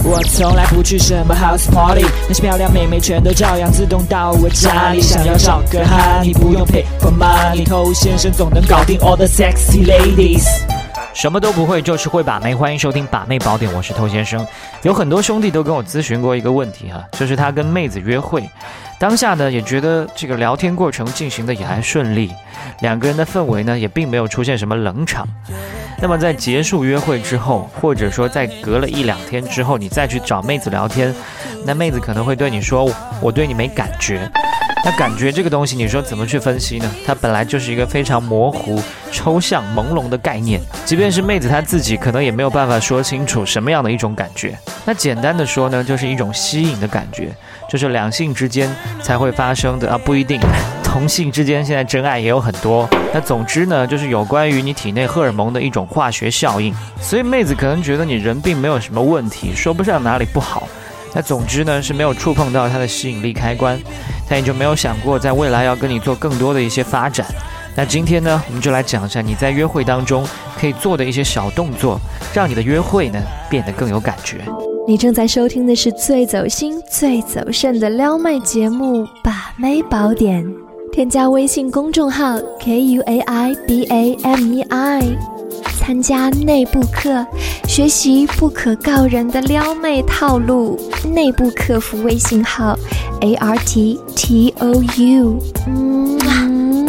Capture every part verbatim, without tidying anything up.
我从来不去什么 house party， 那些漂亮妹妹全都照样自动到我家里。想要找个哈，你不用 pay for money， 偷先生总能搞定 all the sexy ladies。 什么都不会，就是会把妹。欢迎收听把妹宝典，我是偷先生。有很多兄弟都跟我咨询过一个问题哈，就是他跟妹子约会，当下呢也觉得这个聊天过程进行的也还顺利，两个人的氛围呢也并没有出现什么冷场。那么在结束约会之后，或者说在隔了一两天之后，你再去找妹子聊天，那妹子可能会对你说，我对你没感觉。那感觉这个东西，你说怎么去分析呢？它本来就是一个非常模糊、抽象、朦胧的概念，即便是妹子她自己可能也没有办法说清楚什么样的一种感觉。那简单的说呢，就是一种吸引的感觉，就是两性之间才会发生的啊，不一定，同性之间现在真爱也有很多。那总之呢，就是有关于你体内荷尔蒙的一种化学效应。所以妹子可能觉得你人并没有什么问题，说不上哪里不好。那总之呢，是没有触碰到它的吸引力开关，他也就没有想过在未来要跟你做更多的一些发展。那今天呢，我们就来讲一下你在约会当中可以做的一些小动作，让你的约会呢变得更有感觉。 你正在收听的是最走心最走肾的撩妹节目《把妹宝典》，添加微信公众号 K U A I B A M E I， 参加内部课，学习不可告人的撩妹套路。内部客服微信号 A R T T O U。 嗯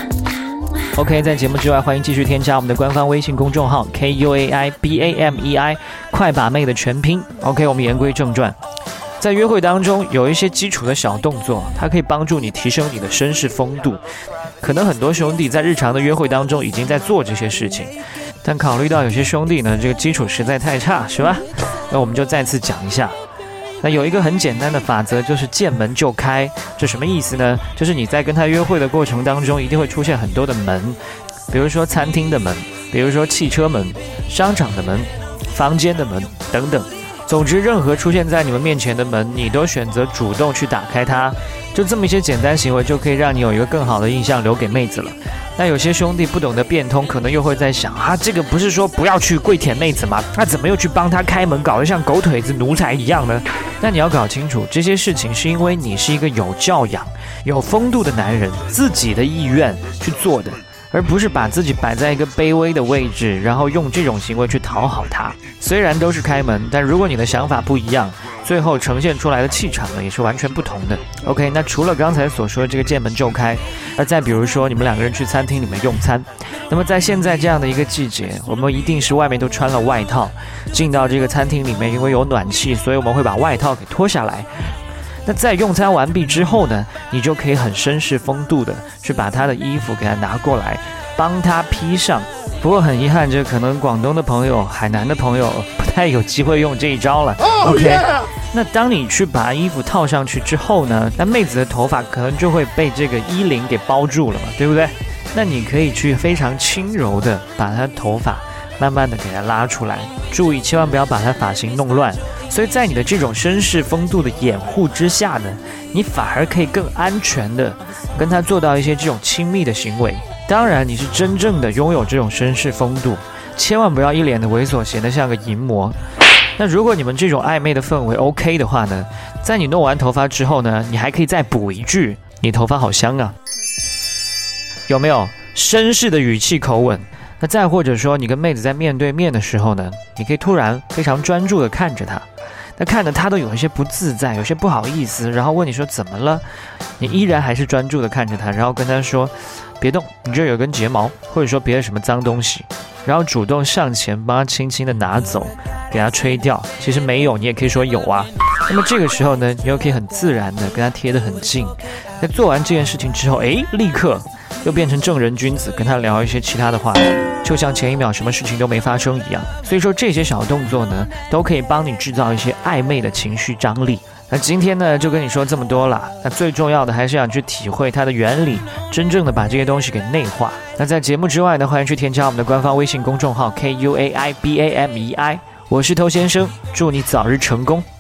OK， 在节目之外，欢迎继续添加我们的官方微信公众号 K U A I B A M E I， 快把妹的全拼。 OK， 我们言归正传，在约会当中有一些基础的小动作，它可以帮助你提升你的绅士风度。可能很多兄弟在日常的约会当中已经在做这些事情，但考虑到有些兄弟呢这个基础实在太差，是吧？那我们就再次讲一下。那有一个很简单的法则，就是见门就开。这什么意思呢？就是你在跟他约会的过程当中，一定会出现很多的门，比如说餐厅的门，比如说汽车门、商场的门、房间的门等等。总之，任何出现在你们面前的门，你都选择主动去打开它。就这么一些简单行为，就可以让你有一个更好的印象留给妹子了。那有些兄弟不懂得变通，可能又会在想啊，这个不是说不要去跪舔妹子吗？那怎么又去帮她开门，搞得像狗腿子奴才一样呢？那你要搞清楚，这些事情是因为你是一个有教养、有风度的男人，自己的意愿去做的，而不是把自己摆在一个卑微的位置，然后用这种行为去讨好他。虽然都是开门，但如果你的想法不一样，最后呈现出来的气场呢也是完全不同的。 OK， 那除了刚才所说的这个见门就开，而再比如说你们两个人去餐厅里面用餐，那么在现在这样的一个季节，我们一定是外面都穿了外套，进到这个餐厅里面，因为有暖气，所以我们会把外套给脱下来。那在用餐完毕之后呢，你就可以很绅士风度的去把他的衣服给他拿过来，帮他披上。不过很遗憾，这可能广东的朋友、海南的朋友不太有机会用这一招了。 Oh, OK， yeah! 那当你去把衣服套上去之后呢，那妹子的头发可能就会被这个衣领给包住了嘛，对不对？那你可以去非常轻柔的把她头发慢慢的给她拉出来，注意千万不要把她发型弄乱。所以在你的这种绅士风度的掩护之下呢，你反而可以更安全的跟她做到一些这种亲密的行为。当然你是真正的拥有这种绅士风度，千万不要一脸的猥琐，显得像个淫魔。那如果你们这种暧昧的氛围 OK 的话呢，在你弄完头发之后呢，你还可以再补一句，你头发好香啊，有没有绅士的语气口吻？那再或者说你跟妹子在面对面的时候呢，你可以突然非常专注的看着她，那看着她都有一些不自在，有些不好意思，然后问你说怎么了，你依然还是专注的看着她，然后跟她说别动，你这有根睫毛，或者说别的什么脏东西，然后主动上前帮她轻轻的拿走，给她吹掉。其实没有，你也可以说有啊。那么这个时候呢，你又可以很自然的跟她贴得很近。在做完这件事情之后，诶，立刻又变成正人君子，跟她聊一些其他的话题，就像前一秒什么事情都没发生一样。所以说这些小动作呢，都可以帮你制造一些暧昧的情绪张力。那今天呢就跟你说这么多了，那最重要的还是想去体会它的原理，真正的把这些东西给内化。那在节目之外呢，欢迎去添加我们的官方微信公众号 K U A I B A M E I， 我是偷先生，祝你早日成功。